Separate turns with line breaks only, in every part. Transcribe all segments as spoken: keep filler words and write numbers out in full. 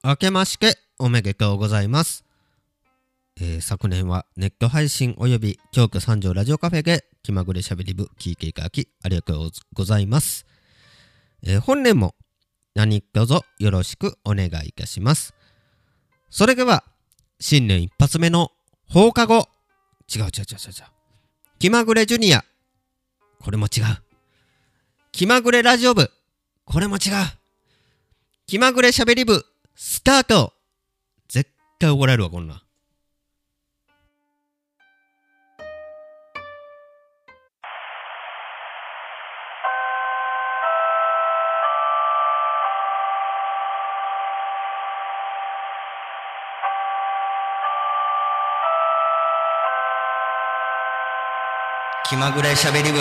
明けましておめでとうございます。えー、昨年はネット配信および京都三条ラジオカフェで気まぐれしゃべり部聞いていただきありがとうございます。えー、本年も何卒よろしくお願いいたします。それでは新年一発目の放課後、違う違う違う違う違う、気まぐれジュニア、これも違う。気まぐれラジオ部、これも違う。気まぐれしゃべり部スタート。絶対怒られるわこんな。気まぐれしゃべり部。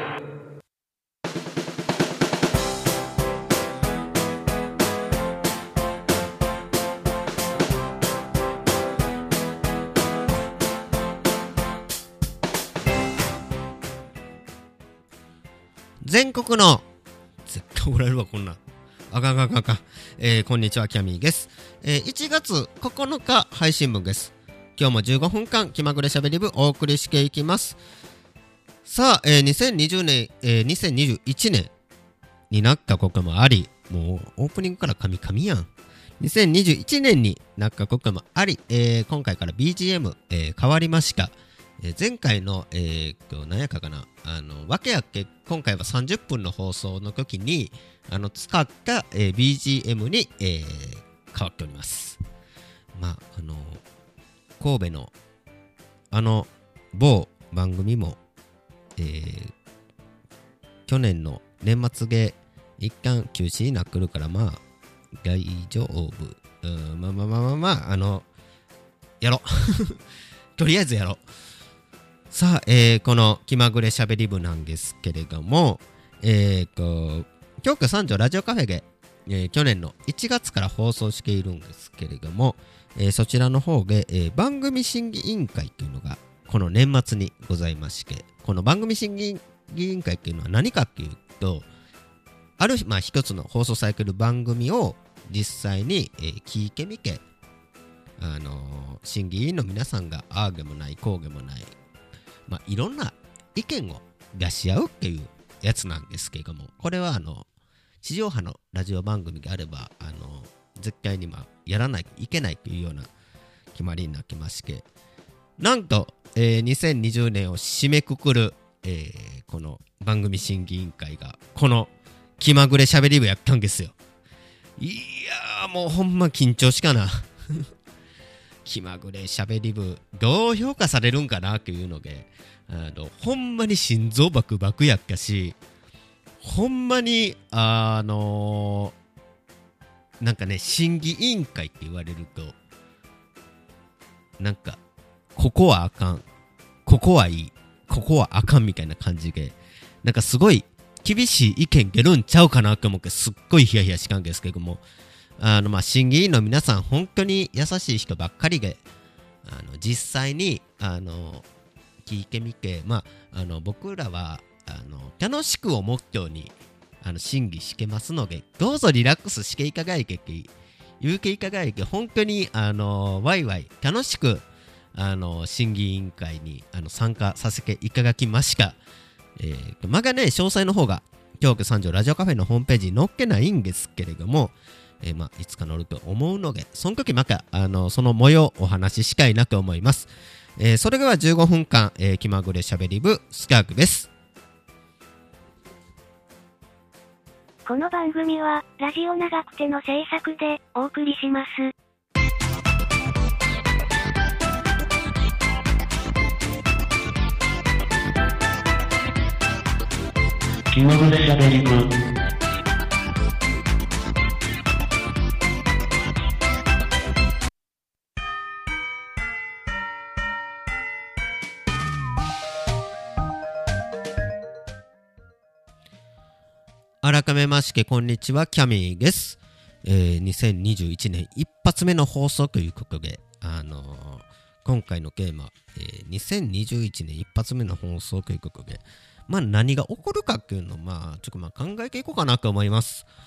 全国の絶対おられるわこんな。あかんあかんあかん。えー、こんにちは、キャミーです。えー、いちがつここのか配信分です。今日もじゅうごふんかん気まぐれしゃべり部お送りしていきます。さあ、えー、にせんにじゅうねん、えー、にせんにじゅういちねんになったこともあり、もうオープニングから神々やん。にせんにじゅういちねんになったこともあり、えー、今回から ビージーエム、えー、変わりました。えー、前回の、えー、と何やかかな、あのわけやっけ、今回はさんじゅっぷんの放送の時にあの使った、えー、ビージーエム に、えー、変わっております。まああの神戸のあの某番組も、えー、去年の年末で一旦休止になってるから、まあ大丈夫、うん、まあまあまあまあまあ、あのやろとりあえずやろう。さあ、えー、この気まぐれしゃべり部なんですけれども、えーと京都三条ラジオカフェで、えー、去年のいちがつから放送しているんですけれども、えー、そちらの方で、えー、番組審議委員会というのがこの年末にございまして、この番組審議委員会というのは何かっていうと、ある、まあ、一つの放送されている番組を実際に、えー、聞いてみて、あのー、審議委員の皆さんがああでもないこうでもない、まあ、いろんな意見を出し合うっていうやつなんですけれども、これはあの地上波のラジオ番組であればあの絶対にまあやらないといけないというような決まりになってまして、なんと、えー、にせんにじゅうねんを締めくくる、えー、この番組審議委員会がこの気まぐれしゃべり部やったんですよ。いやーもうほんま緊張しかな気まぐれしゃべり部どう評価されるんかなっていうので、あのほんまに心臓バクバクやったし、ほんまにあのー、なんかね、審議委員会って言われるとなんかここはあかん、ここはいい、ここはあかんみたいな感じで、なんかすごい厳しい意見出るんちゃうかなと思って、すっごいヒヤヒヤしたんですけども、あのまあ審議委員の皆さん本当に優しい人ばっかりで、あの実際にあの聞いてみて、まああの僕らはあの楽しくをモットーにあの審議してますので、どうぞリラックスしていただいてって言うていただいて、本当にあのワイワイ楽しくあの審議委員会にあの参加させていただきました。えー、まだね詳細の方が京都三条ラジオカフェのホームページに載っけないんですけれども、えーまあ、いつか載ると思うので、その時またあのその模様お話ししたいなと思います。えー、それではじゅうごふんかん、えー、気まぐれしゃべり部スカークです。
この番組はラジオ長くての制作でお送りします。
気まぐれしゃべり部。
改めましてこんにちは、キャミーです。えー、にせんにじゅういちねん一発目の放送ということで、あのー、今回のテーマ、えー、にせんにじゅういちねん一発目の放送ということで、まあ何が起こるかっていうのをまあちょっとまあ考えていこうかなと思います。え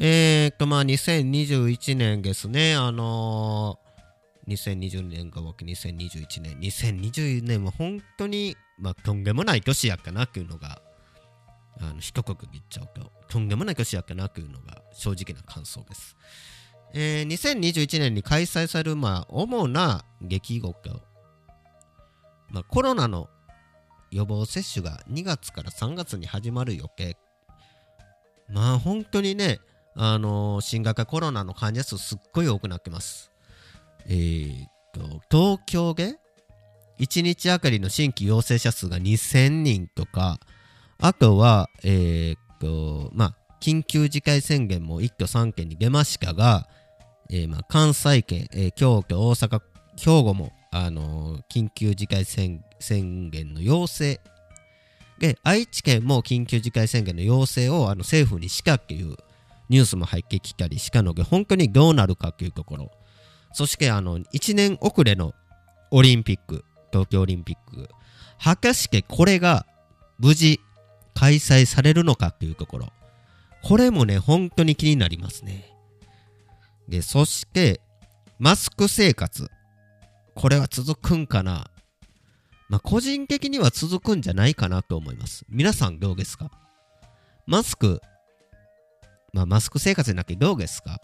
えーっと、まあ、にせんにじゅういちねんですね。あのー、にせんにじゅうねんがわけにせんにじゅういちねん。にせんにじゅうねんは本当に、まあ、とんでもない年やっかなっていうのが、あの、一言言っちゃうと、とんでもない年やっかなっていうのが正直な感想です。えー、にせんにじゅういちねんに開催される、まあ、主な出来事。まあ、コロナの予防接種がにがつからさんがつに始まる予定。まあ、本当にね、あのー、新型コロナの患者数すっごい多くなってます。えー、っと、東京でいちにちあたりの新規陽性者数がにせんにんとか、あとは、えー、っと、まあ、緊急事態宣言もいっきょさんけんに出ましたが、えー、まあ、関西圏、えー、京都、大阪、兵庫も、あのー、緊急事態宣言の要請で、愛知県も緊急事態宣言の要請をあの政府にしたっていうニュースも入ってきたりしたので、本当にどうなるかというところ。そしてあのいちねん遅れのオリンピック、東京オリンピック、果たしてこれが無事開催されるのかというところ。これもね、本当に気になりますね。で、そしてマスク生活。これは続くんかな。まあ、個人的には続くんじゃないかなと思います。皆さんどうですか？マスク、まあ、マスク生活じゃなくてどうですか？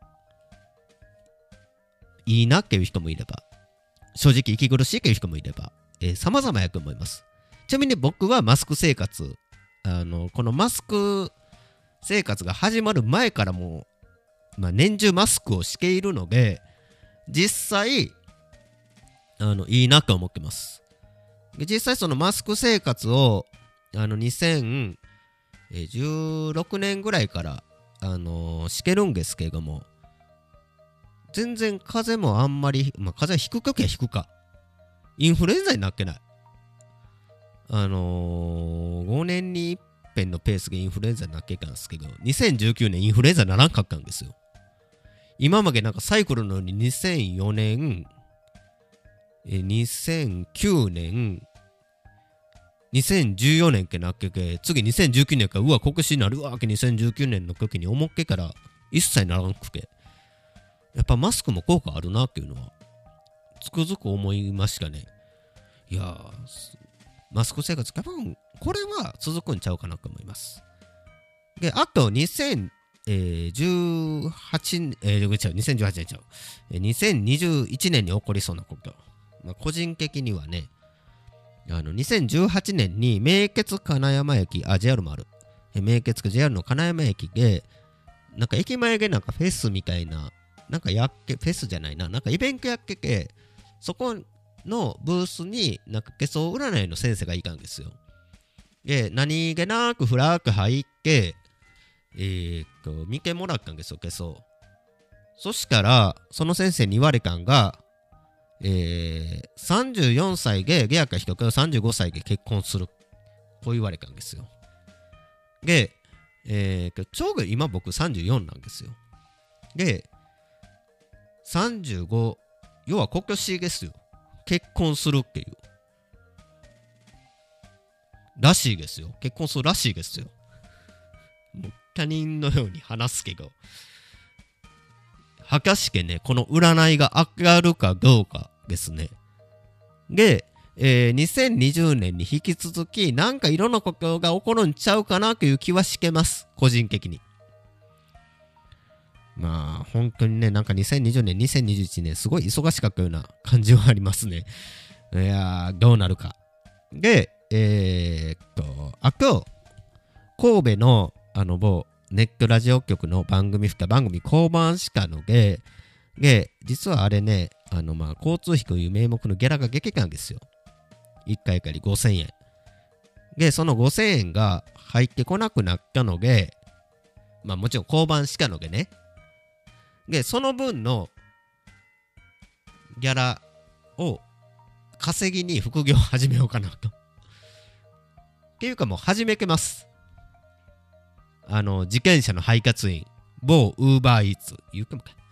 いいなっていう人もいれば、正直息苦しいっていう人もいれば、えー、様々やと思います。ちなみに僕はマスク生活、あの、このマスク生活が始まる前からもう、まあ、年中マスクをしているので、実際、あの、いいなと思ってます。実際そのマスク生活をあのにせんじゅうろくねんぐらいからあのー、してるんですけれども、全然風邪もあんまり、まあ、風邪ひくときはひくか、インフルエンザになってない。あのー、ごねんに一遍のペースでインフルエンザになってたんですけど、にせんじゅうきゅうねんインフルエンザならんかったんですよ。今までなんかサイクルのようににせんよねん、にせんきゅうねん、にせんじゅうよねんってなっけけ、次にせんじゅうきゅうねんから、うわ、国試になるわけにせんじゅうきゅうねんの時に思っけから一切ならんくけ。やっぱマスクも効果あるなっていうのは、つくづく思いましたね。いやー、マスク生活、多分、これは続くんちゃうかなと思います。で、あとにせんじゅうはちねん、えー、違う、にせんじゅうはちねんちゃう。にせんにじゅういちねんに起こりそうなこと。まあ、個人的にはね、あのにせんじゅうはちねんに名鉄金山駅、あ、ジェイアール もある。名鉄 ジェイアール の金山駅で、なんか駅前でなんかフェスみたいな、なんかやっけ、フェスじゃないな、なんかイベントやっけけ、そこのブースになんか手相占いの先生がいたんですよ。で、何気なくフラーク入って、えーっと、見てもらったんですよ、手相。そしたら、その先生に言われたんが、えー、さんじゅうよんさいで出会った人からさんじゅうごさいで結婚する。こう言われたんですよ。で、えー、ちょうど今僕さんじゅうよんなんですよ。で、さんじゅうご、要は今年ですよ。結婚するっていう。らしいですよ。結婚するらしいですよ。もう他人のように話すけど。果たしてね、この占いが当たるかどうかですね。で、えー、にせんにじゅうねんに引き続き、なんかいろんなことが起こるんちゃうかなという気はしてます。個人的に。まあ、本当にね、なんかにせんにじゅうねん、にせんにじゅういちねん、すごい忙しかったような感じはありますね。いやー、どうなるか。で、えー、っと、あと、神戸の、あの、某、ネットラジオ局の番組、二番組降板したので、で、実はあれね、あの、まあ、交通費という名目のギャラが激たんですよ。いっかいあたりごせんえん。で、そのごせんえんが入ってこなくなったので、まあ、もちろん降板したのでね。で、その分のギャラを稼ぎに副業を始めようかなと。っていうかもう始めてます。あの、自転車の配達員、某ウーバーイーツ、言うかもか。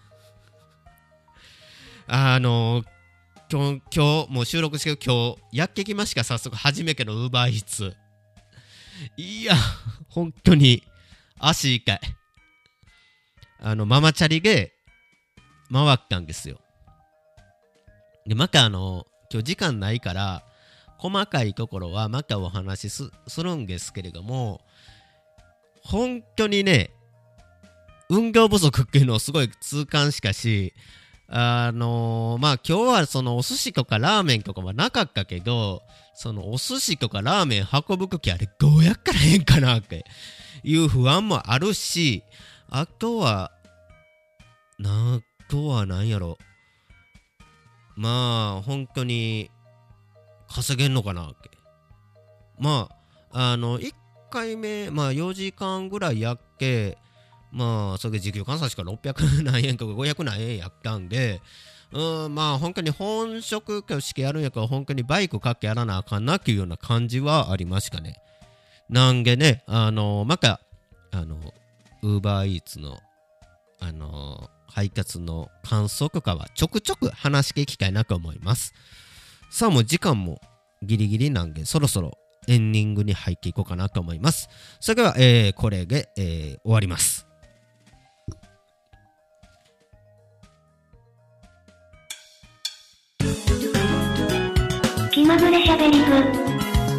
あの、今日、今日、もう収録してる今日、やってきました、早速、初めてのウーバーイーツ。いや、本当に、足痛い。 あのママチャリで回ったんですよ。でまたあの今日時間ないから細かいところはまたお話し す, するんですけれども、本当にね運動不足っていうのをすごい痛感したし、あのー、まあ今日はそのお寿司とかラーメンとかはなかったけど、そのお寿司とかラーメン運ぶときあれどうやったらええんかなっていう不安もあるし、あとはなあとは何やろ、まあ本当に稼げんのかなって、まああのいっかいめまあよじかんぐらいやっけ、まあそれで時給換算しかろっぴゃく何円とかごひゃく何円やったんで、うんまあ本当に本職としてやるんやから本当にバイクかけやらなあかんなっていうような感じはありましたね。なんでね、あのまたあのウーバーイーツのあの配達の感想とかはちょくちょく話していきたいなと思います。さあもう時間もギリギリなんでそろそろエンディングに入っていこうかなと思います。それでは、えー、これで、えー、終わります。
気まぐれしゃべり部。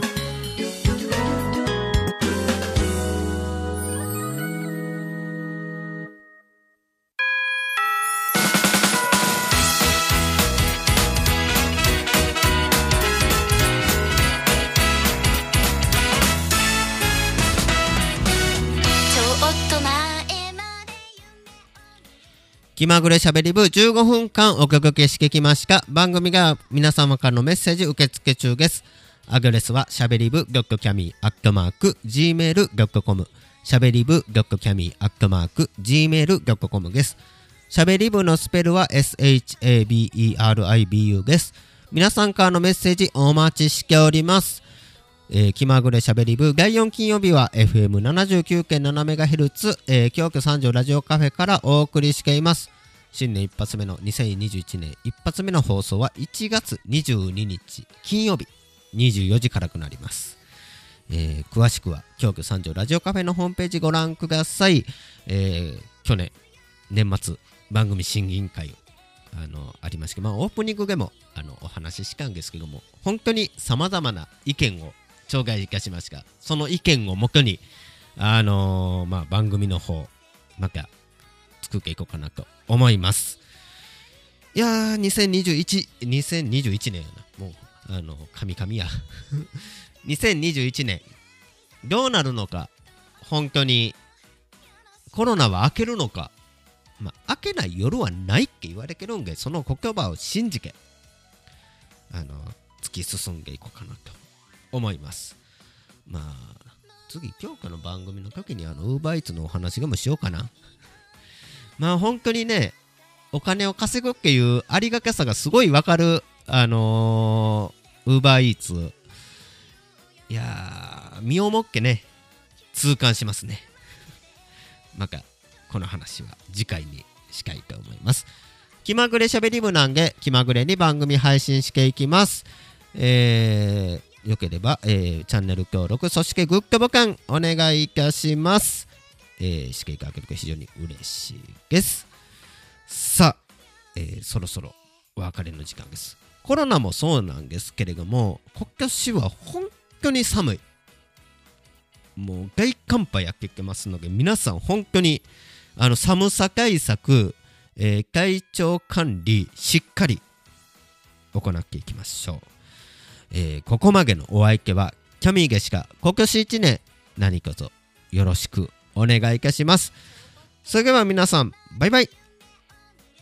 気まぐれしゃべり部じゅうごふんかんお届けしてきました。番組が皆様からのメッセージ受付中です。アドレスはしゃべり部 .kami アットマーク ジーメール ドットコム しゃべり部 .kami アットマーク ジーメール ドットコム です。しゃべり部のスペルは エスエイチエービーイーアールアイビーユー です。皆さんからのメッセージお待ちしております。えー、気まぐれしゃべり部だいよん金曜日は エフエムななじゅうきゅうてんななメガヘルツ、えー、京都三条ラジオカフェからお送りしています。新年一発目のにせんにじゅういちねん一発目の放送はいちがつにじゅうににち金曜日にじゅうよじからとなります。えー、詳しくは京都三条ラジオカフェのホームページご覧ください。えー、去年年末番組審議委員会あのありましたけど、まあ、オープニングでもあのお話ししたんですけども、本当にさまざまな意見を紹介いたしますが、その意見をもとに、あのーまあ、番組の方また作っていこうかなと思います。いやーにせんにじゅういち、にせんにじゅういちねんやな、もうあの神々やにせんにじゅういちねんどうなるのか、本当にコロナは明けるのか、まあ、明けない夜はないって言われてるんで、その言葉を信じてあの突き進んでいこうかなと思います。まあ次今日かの番組の時にあのウーバーイーツのお話でもしようかな。まあ本当にね、お金を稼ぐっていうありがたさがすごいわかるあのウーバーイーツ。いやー身をもってね痛感しますね。またこの話は次回にしたいと思います。気まぐれしゃべり部なんで気まぐれに番組配信していきます。えーよければ、えー、チャンネル登録、そしてグッドボタンお願いいたします。えー、していただけると非常に嬉しいです。さあ、えー、そろそろお別れの時間です。コロナもそうなんですけれども、今年は本当に寒い。もう大寒波やってきてますので、皆さん本当にあの寒さ対策、えー、体調管理しっかり行っていきましょう。えー、ここまでのお相手はキャミーでしか、今年いちねん何卒よろしくお願いいたします。それでは皆さんバイバイ。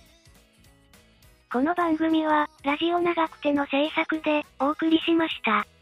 この番組はラジオ長くての制作でお送りしました。